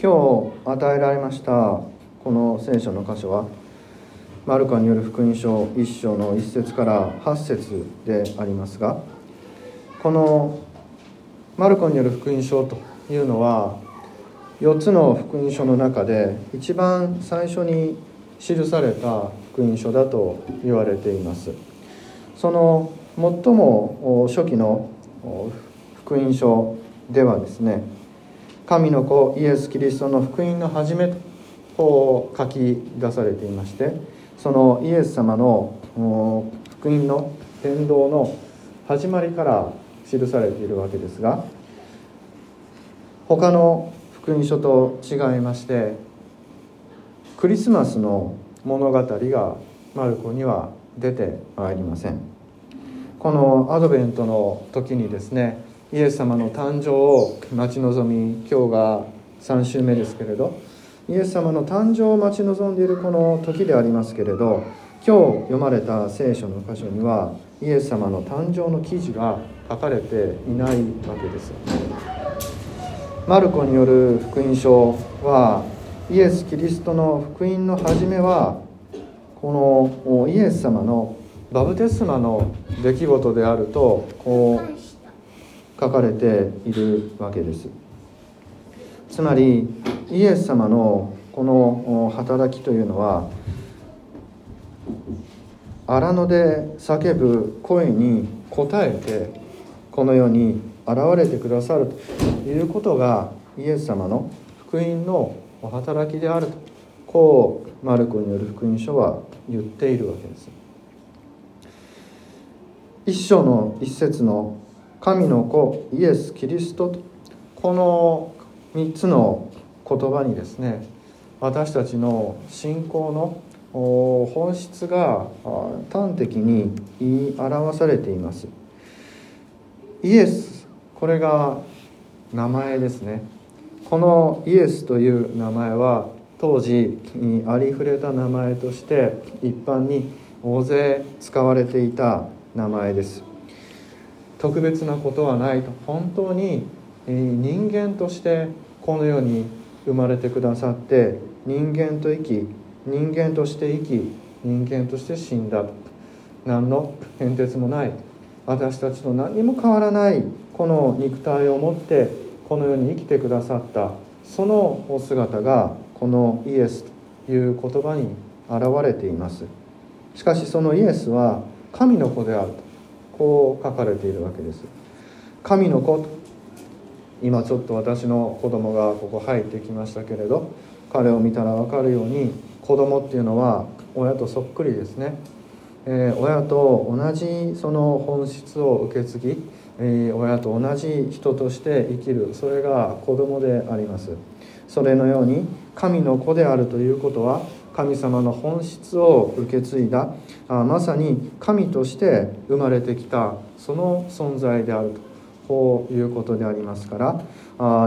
今日与えられましたこの聖書の箇所はマルコによる福音書1章の1節から8節でありますが、このマルコによる福音書というのは4つの福音書の中で一番最初に記された福音書だと言われています。その最も初期の福音書ではですね、神の子イエス・キリストの福音の始めと書き出されていまして、そのイエス様の福音の伝道の始まりから記されているわけですが、他の福音書と違いましてクリスマスの物語がマルコには出てまいりません。このアドベントの時にですね、イエス様の誕生を待ち望み、今日が3週目ですけれど、イエス様の誕生を待ち望んでいるこの時でありますけれど、今日読まれた聖書の箇所にはイエス様の誕生の記事が書かれていないわけです。マルコによる福音書はイエス・キリストの福音の始めはこのイエス様のバプテスマの出来事であるとこう書かれているわけです。つまりイエス様のこの働きというのは荒野で叫ぶ声に応えてこの世に現れてくださるということがイエス様の福音の働きであると、こうマルコによる福音書は言っているわけです。一章の一節の神の子イエス・キリストと、この3つの言葉にですね、私たちの信仰の本質が端的に言い表されています。イエス、これが名前ですね。このイエスという名前は当時ありふれた名前として一般に大勢使われていた名前です。特別なことはないと、本当に人間としてこの世に生まれてくださって人間と生き、人間として生き、人間として死んだと、何の変哲もない、私たちと何にも変わらないこの肉体を持ってこの世に生きてくださった、そのお姿がこのイエスという言葉に現れています。しかしそのイエスは神の子であると、こう書かれているわけです。神の子と、今ちょっと私の子供がここ入ってきましたけれど、彼を見たら分かるように子供っていうのは親とそっくりですね。親と同じその本質を受け継ぎ、親と同じ人として生きる、それが子供であります。それのように神の子であるということは神様の本質を受け継いだ、まさに神として生まれてきたその存在であると、こういうことでありますから、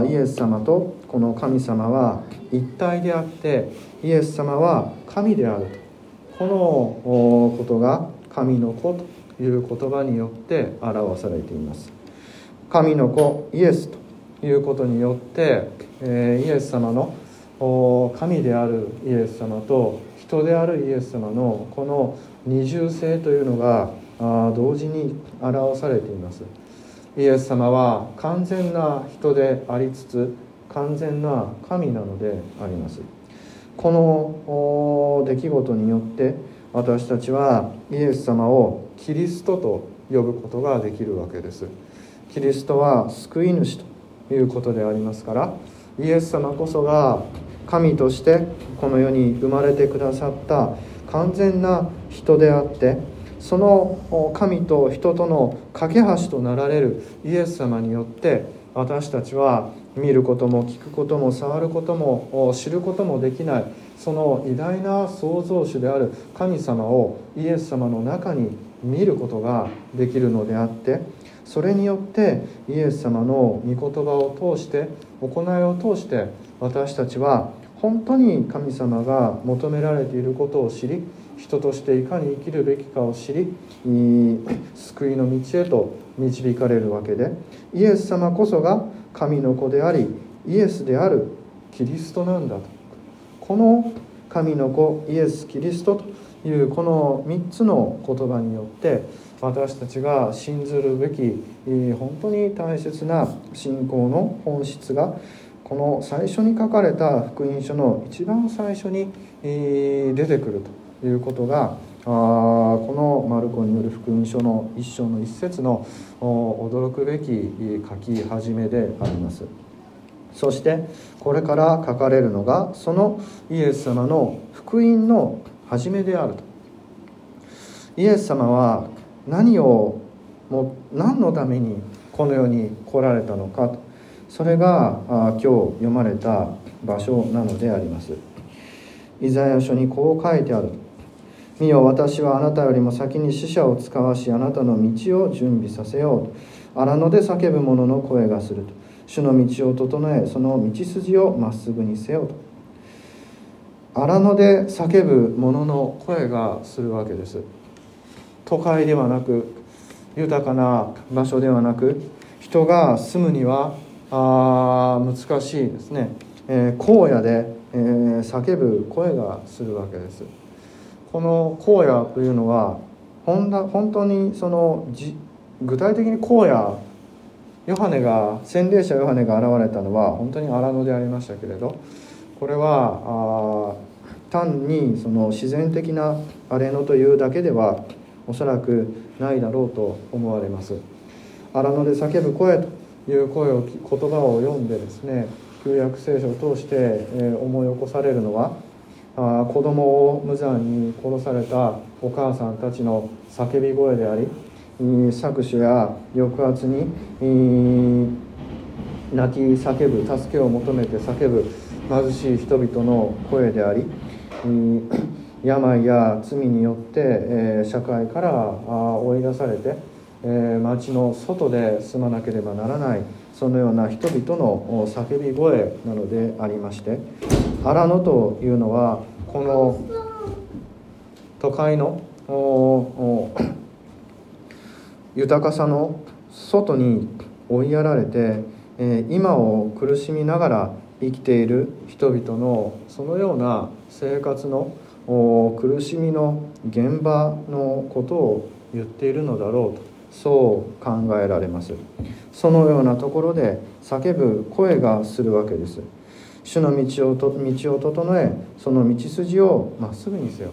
イエス様とこの神様は一体であって、イエス様は神であると、このことが神の子という言葉によって表されています。神の子イエスということによって、イエス様の神であるイエス様と人であるイエス様のこの二重性というのが同時に表されています。イエス様は完全な人でありつつ完全な神なのであります。この出来事によって私たちはイエス様をキリストと呼ぶことができるわけです。キリストは救い主ということでありますから、イエス様こそが神としてこの世に生まれてくださった完全な人であって、その神と人との架け橋となられるイエス様によって私たちは見ることも聞くことも触ることも知ることもできない、その偉大な創造主である神様をイエス様の中に見ることができるのであって、それによってイエス様の御言葉を通して行いを通して私たちは本当に神様が求められていることを知り、人としていかに生きるべきかを知り、救いの道へと導かれるわけで、イエス様こそが神の子でありイエスであるキリストなんだと、この神の子イエス・キリストというこの3つの言葉によって私たちが信ずるべき本当に大切な信仰の本質がこの最初に書かれた福音書の一番最初に出てくるということがこのマルコによる福音書の一章の一節の驚くべき書き始めであります。そしてこれから書かれるのがそのイエス様の福音の始めであると。イエス様は何のためにこの世に来られたのかと、それが今日読まれた場所なのであります。イザヤ書にこう書いてある。見よ、私はあなたよりも先に使者を使わし、あなたの道を準備させようと。荒野で叫ぶ者の声がすると。主の道を整え、その道筋をまっすぐにせよと。荒野で叫ぶ者の声がするわけです。都会ではなく、豊かな場所ではなく、人が住むには難しいですね、荒野で、叫ぶ声がするわけです。この荒野というのは本当に具体的に荒野、洗礼者ヨハネが現れたのは本当に荒野でありましたけれど、これは単にその自然的な荒れ野というだけではおそらくないだろうと思われます。荒野で叫ぶ声という言葉を読んでですね、旧約聖書を通して、思い起こされるのは子供を無残に殺されたお母さんたちの叫び声であり、搾取や抑圧に泣き叫ぶ、助けを求めて叫ぶ貧しい人々の声であり、病や罪によって、社会から追い出されて、町の外で住まなければならない、そのような人々の叫び声なのでありまして、荒野というのはこの都会の豊かさの外に追いやられて、今を苦しみながら生きている人々のそのような生活の苦しみの現場のことを言っているのだろうと、そう考えられます。そのようなところで叫ぶ声がするわけです。主の道を整え、その道筋をまっすぐにせよ。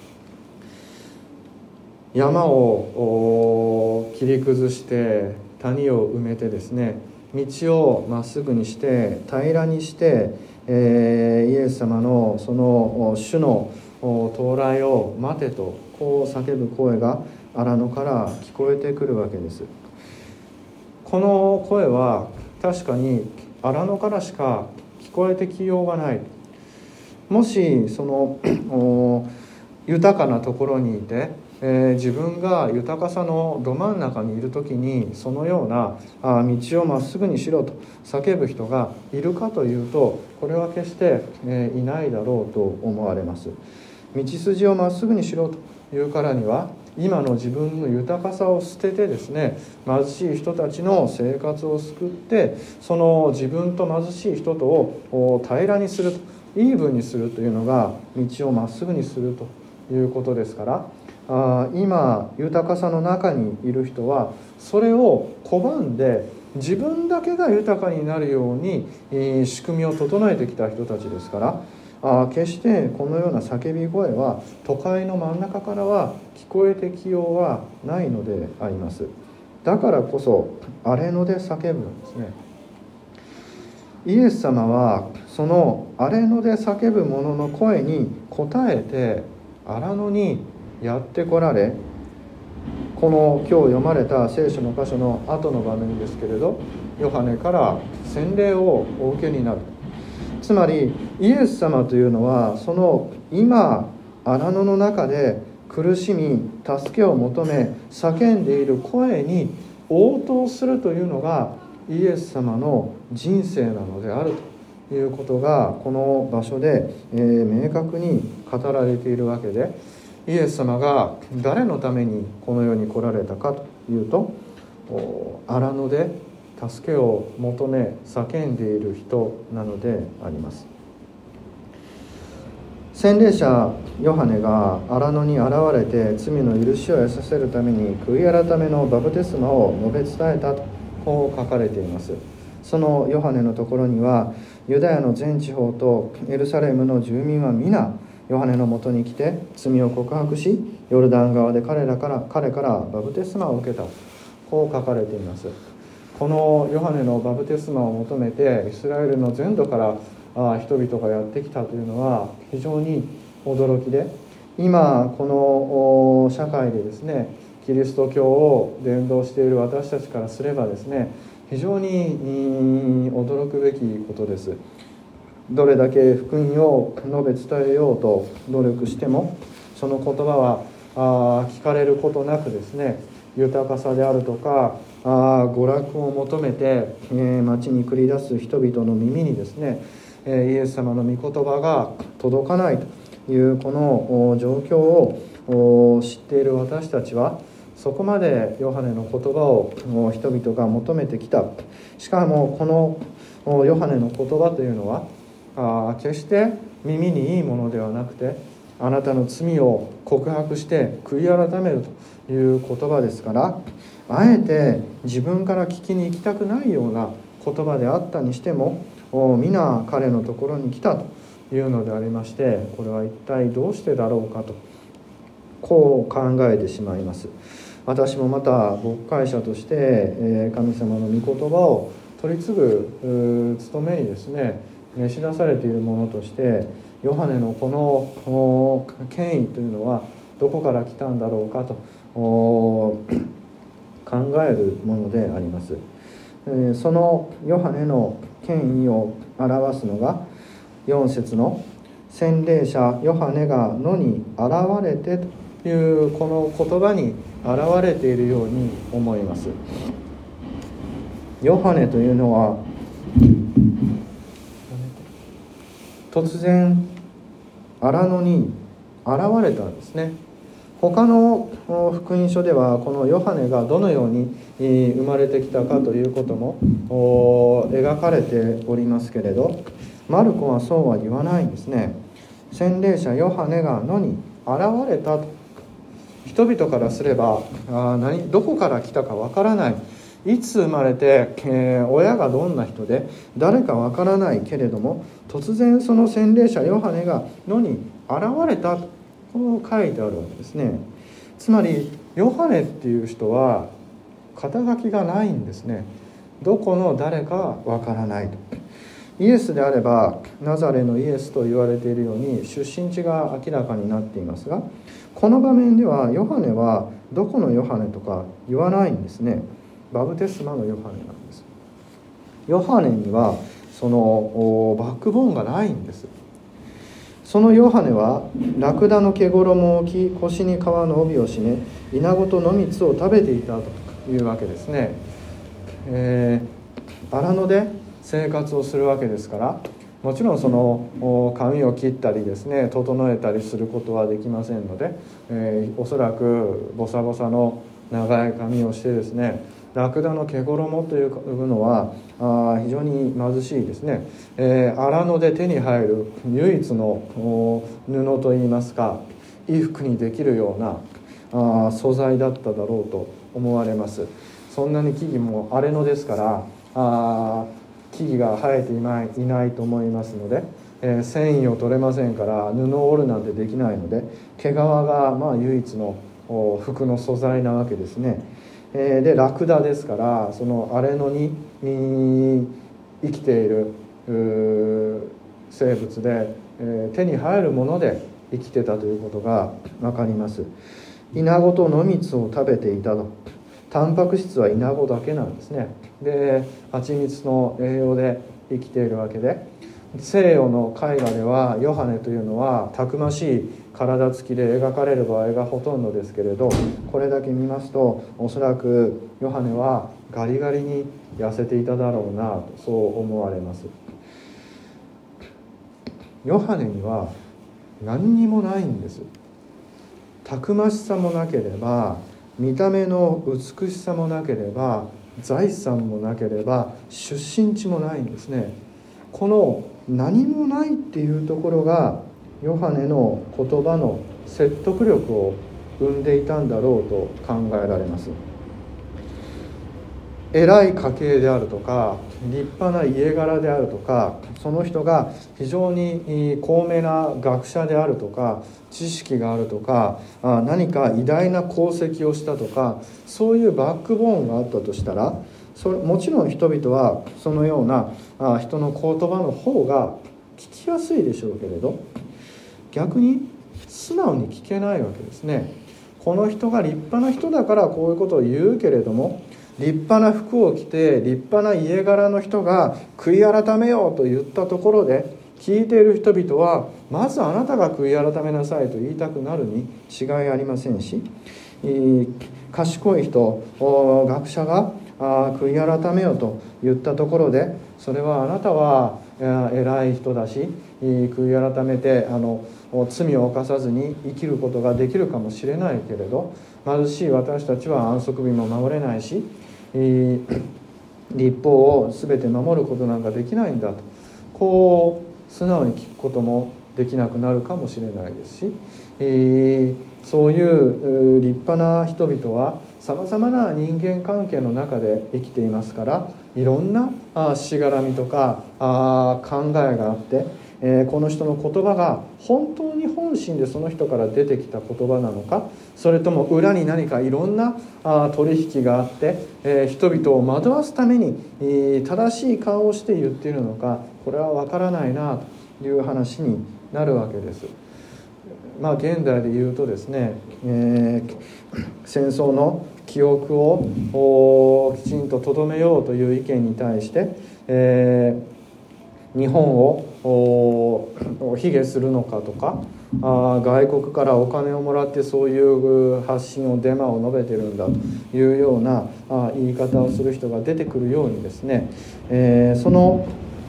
山を切り崩して谷を埋めてですね、道をまっすぐにして平らにして、イエス様のその主の到来を待てと、こう叫ぶ声が荒野から聞こえてくるわけです。この声は確かに荒野からしか聞こえてきようがない。もしその豊かなところにいて、自分が豊かさのど真ん中にいる時にそのような道をまっすぐにしろと叫ぶ人がいるかというと、これは決していないだろうと思われます。道筋をまっすぐにしろというからには、今の自分の豊かさを捨ててですね、貧しい人たちの生活を救って、その自分と貧しい人とを平らにすると、イーブンにするというのが道をまっすぐにするということですから、今豊かさの中にいる人はそれを拒んで自分だけが豊かになるように仕組みを整えてきた人たちですから、決してこのような叫び声は都会の真ん中からは聞こえてきようはないのであります。だからこそ荒れ野で叫ぶんですね。イエス様はその荒れ野で叫ぶ者の声に応えて荒野にやって来られ、この今日読まれた聖書の箇所の後の場面ですけれど、ヨハネから洗礼をお受けになる。つまりイエス様というのはその今荒野の中で苦しみ助けを求め叫んでいる声に応答するというのがイエス様の人生なのであるということがこの場所で、明確に語られているわけで、イエス様が誰のためにこの世に来られたかというと、荒野で助けを求め叫んでいる人なのであります。洗礼者ヨハネが荒野に現れて罪の許しを得させるために悔い改めのバプテスマを述べ伝えたとこう書かれています。そのヨハネのところにはユダヤの全地方とエルサレムの住民は皆ヨハネのもとに来て罪を告白し、ヨルダン川で彼からバプテスマを受けた、こう書かれています。このヨハネのバプテスマを求めてイスラエルの全土から人々がやってきたというのは非常に驚きで、今この社会でですね、キリスト教を伝道している私たちからすればですね、非常に驚くべきことです。どれだけ福音を述べ伝えようと努力しても、その言葉は聞かれることなくですね、豊かさであるとか娯楽を求めて、町に繰り出す人々の耳にですね、イエス様の御言葉が届かないというこの状況を知っている私たちは、そこまでヨハネの言葉を人々が求めてきた。しかもこのヨハネの言葉というのは決して耳にいいものではなくて、あなたの罪を告白して悔い改めるという言葉ですから、あえて自分から聞きに行きたくないような言葉であったにしても、皆彼のところに来たというのでありまして、これは一体どうしてだろうかとこう考えてしまいます。私もまた牧会者として神様の御言葉を取り継ぐ務めにですね召し出されているものとして、ヨハネのこの権威というのはどこから来たんだろうかと考えるものであります。そのヨハネの権威を表すのが4節の洗礼者ヨハネが野に現れてというこの言葉に現れているように思います。ヨハネというのは突然荒野に現れたんですね。他の福音書ではこのヨハネがどのように生まれてきたかということも描かれておりますけれど、マルコはそうは言わないんですね。洗礼者ヨハネが野に現れたと、人々からすればどこから来たかわからない、いつ生まれて、親がどんな人で誰かわからないけれども、突然その洗礼者ヨハネが野に現れたとこう書いてあるわけですね。つまりヨハネっていう人は肩書きがないんですね。どこの誰かわからないと。イエスであればナザレのイエスと言われているように出身地が明らかになっていますが、この場面ではヨハネはどこのヨハネとか言わないんですね。バプテスマのヨハネなんです。ヨハネにはそのバックボーンがないんです。そのヨハネはラクダの毛衣を置き、腰に革の帯を締め、イナゴと野蜜を食べていたというわけですね。荒野で生活をするわけですから、もちろんその髪を切ったりですね、整えたりすることはできませんので、おそらくボサボサの長い髪をしてですね、ラクダの毛衣というのは非常に貧しいですね。荒野で手に入る唯一の布といいますか、衣服にできるような素材だっただろうと思われます。そんなに木々も荒れ野ですから木々が生えていないと思いますので、繊維を取れませんから布を織るなんてできないので、毛皮が唯一の服の素材なわけですね。でラクダですから、その荒れ野に生きている生物で、手に入るもので生きてたということが分かります。イナゴと野蜜を食べていたと。タンパク質はイナゴだけなんですね。で蜂蜜の栄養で生きているわけで、西洋の絵画ではヨハネというのはたくましい体つきで描かれる場合がほとんどですけれど、これだけ見ますとおそらくヨハネはガリガリに痩せていただろうなとそう思われます。ヨハネには何にもないんです。たくましさもなければ、見た目の美しさもなければ、 財産もなければ出身地もないんですね。この何もないっていうところがヨハネの言葉の説得力を生んでいたんだろうと考えられます。偉い家系であるとか立派な家柄であるとか、その人が非常に高名な学者であるとか知識があるとか、何か偉大な功績をしたとか、そういうバックボーンがあったとしたら、もちろん人々はそのような人の言葉の方が聞きやすいでしょうけれど、逆に素直に聞けないわけですね。この人が立派な人だからこういうことを言うけれども、立派な服を着て立派な家柄の人が悔い改めようと言ったところで、聞いている人々はまずあなたが悔い改めなさいと言いたくなるに違いありませんし、賢い人、学者が悔い改めようと言ったところで、それはあなたは偉い人だし悔い改めて罪を犯さずに生きることができるかもしれないけれど、貧しい私たちは安息日も守れないし、律法を全て守ることなんかできないんだと、こう素直に聞くこともできなくなるかもしれないですし、そういう立派な人々はさまざまな人間関係の中で生きていますから、いろんなしがらみとか考えがあって、この人の言葉が本当に本心でその人から出てきた言葉なのか、それとも裏に何かいろんな取引があって、人々を惑わすために正しい顔をして言っているのか、これは分からないなという話になるわけです。現代で言うとですね、戦争の記憶をきちんと留めようという意見に対して、日本を卑下するのかとか、外国からお金をもらってそういう発信をデマを述べてるんだというような言い方をする人が出てくるようにですね、その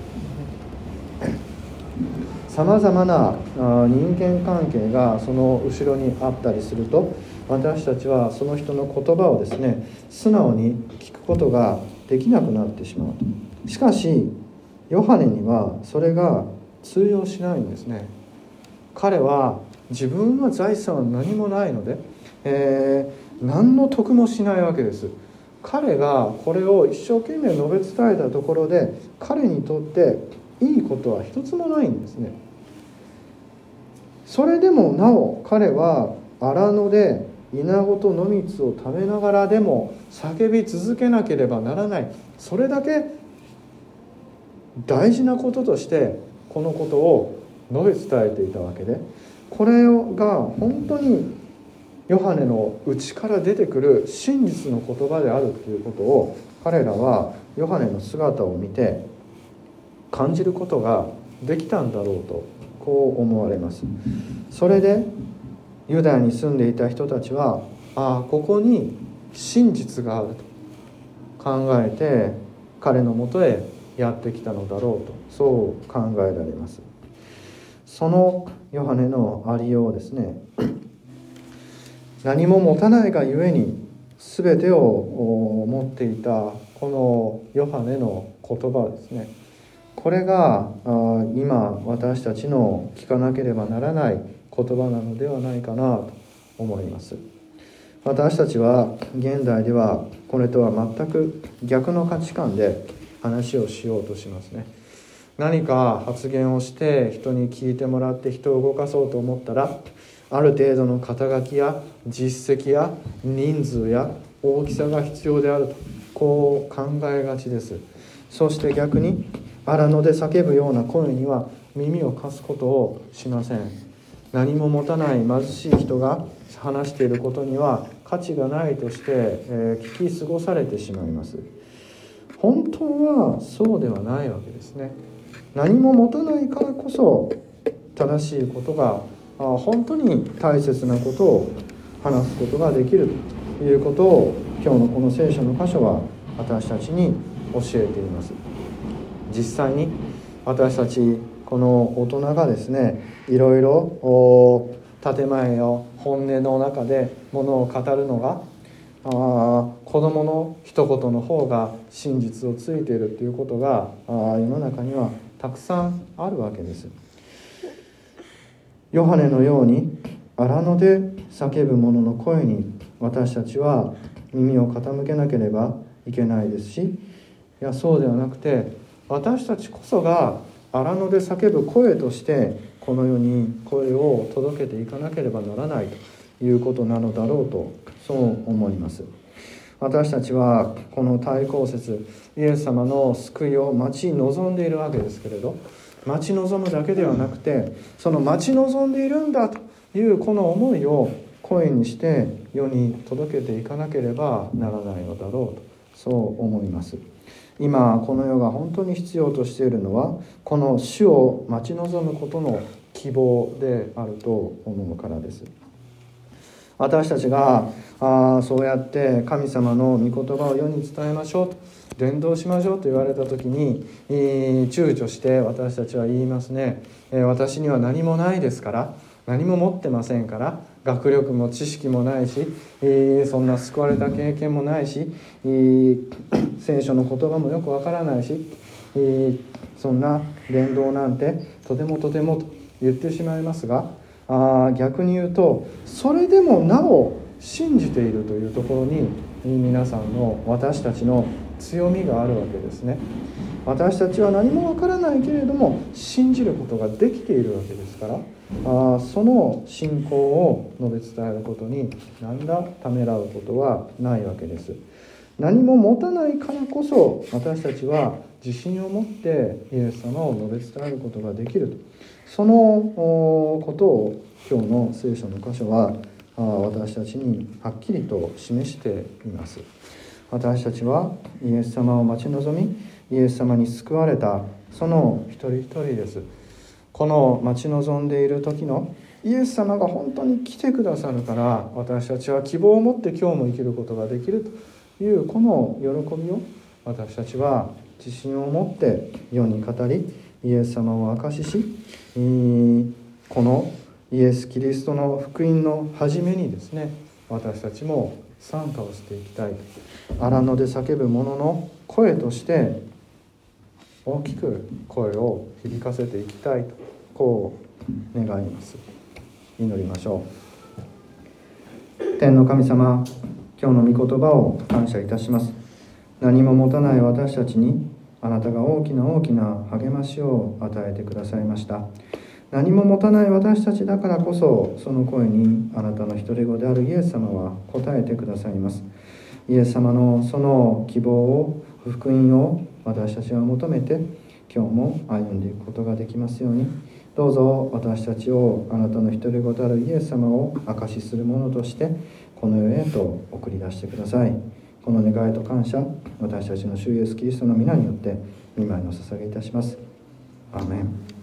さまざまな人間関係がその後ろにあったりすると、私たちはその人の言葉をですね素直に聞くことができなくなってしまうと。しかしヨハネにはそれが通用しないんですね。彼は自分は財産は何もないので、何の得もしないわけです。彼がこれを一生懸命述べ伝えたところで、彼にとっていいことは一つもないんですね。それでもなお彼は荒野で稲子と野蜜を食べながらでも叫び続けなければならない、それだけ大事なこととしてこのことを述べ伝えていたわけで、これが本当にヨハネの内から出てくる真実の言葉であるということを、彼らはヨハネの姿を見て感じることができたんだろうと、こう思われます。それでユダヤに住んでいた人たちは、ここに真実があると考えて彼のもとへやってきたのだろうと、そう考えられます。そのヨハネのありようをですね、何も持たないがゆえに全てを持っていたこのヨハネの言葉ですね、これが今私たちの聞かなければならない言葉なのではないかなと思います。私たちは現代ではこれとは全く逆の価値観で話をしようとしますね。何か発言をして人に聞いてもらって人を動かそうと思ったら、ある程度の肩書きや実績や人数や大きさが必要であると、こう考えがちです。そして逆に荒野で叫ぶような声には耳を貸すことをしません。何も持たない貧しい人が話していることには価値がないとして、聞き過ごされてしまいます。本当はそうではないわけですね。何も持たないからこそ正しいことが、本当に大切なことを話すことができるということを、今日のこの聖書の箇所は私たちに教えています。実際に私たちこの大人がですね、いろいろ建前を本音の中でものを語るのが子供の一言の方が真実をついているということが世の中にはたくさんあるわけです。ヨハネのように荒野で叫ぶ者の声に私たちは耳を傾けなければいけないですし、いやそうではなくて、私たちこそが荒野で叫ぶ声としてこの世に声を届けていかなければならないということなのだろうと、そう思います。私たちはこの大公節、イエス様の救いを待ち望んでいるわけですけれど、待ち望むだけではなくて、その待ち望んでいるんだというこの思いを声にして世に届けていかなければならないのだろうと、そう思います。今この世が本当に必要としているのは、この主を待ち望むことの希望であると思うからです。私たちがそうやって神様の御言葉を世に伝えましょうと、伝道しましょうと言われた時に、躊躇して私たちは言いますね。私には何もないですから、何も持ってませんから、学力も知識もないし、そんな救われた経験もないし、聖書の言葉もよくわからないし、そんな伝道なんてとてもとてもと言ってしまいますが、逆に言うと、それでもなお信じているというところに皆さんの、私たちの強みがあるわけですね。私たちは何もわからないけれども信じることができているわけですから、その信仰を述べ伝えることに何らためらうことはないわけです。何も持たないからこそ私たちは自信を持ってイエス様を述べ伝えることができると、そのことを今日の聖書の箇所は私たちにはっきりと示しています。私たちはイエス様を待ち望み、イエス様に救われたその一人一人です。この待ち望んでいる時のイエス様が本当に来てくださるから、私たちは希望を持って今日も生きることができるというこの喜びを私たちは自信を持って世に語り、イエス様を証しし、このイエス・キリストの福音の初めにですね、私たちも参加をしていきたいと、荒野で叫ぶ者の声として大きく声を響かせていきたいと、こう願います。祈りましょう。天の神様、今日の御言葉を感謝いたします。何も持たない私たちにあなたが大きな大きな励ましを与えてくださいました。何も持たない私たちだからこそ、その声にあなたの独り子であるイエス様は答えてくださいます。イエス様のその希望を、福音を私たちは求めて今日も歩んでいくことができますように、どうぞ私たちをあなたの独り子であるイエス様を証しするものとしてこの世へと送り出してください。この願いと感謝、私たちの主イエスキリストの皆によって御前の捧げいたします。アーメン。